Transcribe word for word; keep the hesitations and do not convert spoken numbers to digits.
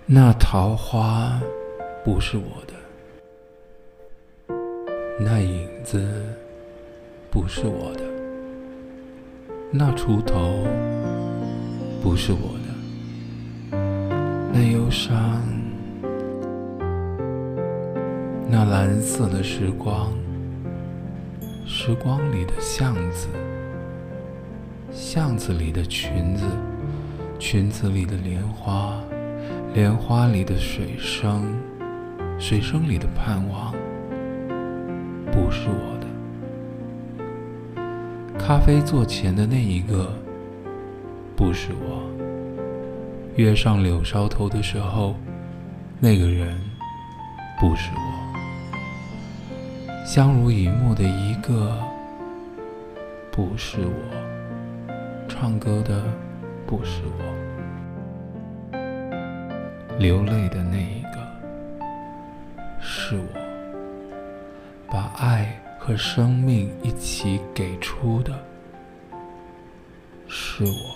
那桃花不是我的，那影子不是我的，那锄头不是我的，那忧伤，那蓝色的时光，时光里的巷子，巷子里的裙子，裙子里的莲花，莲花里的水声，水声里的盼望，不是我的。咖啡座前的那一个，不是我。约上柳梢头的时候，那个人不是我。相濡以沫的一个，不是我。唱歌的不是我。流泪的那一个是我，把爱和生命一起给出的是我。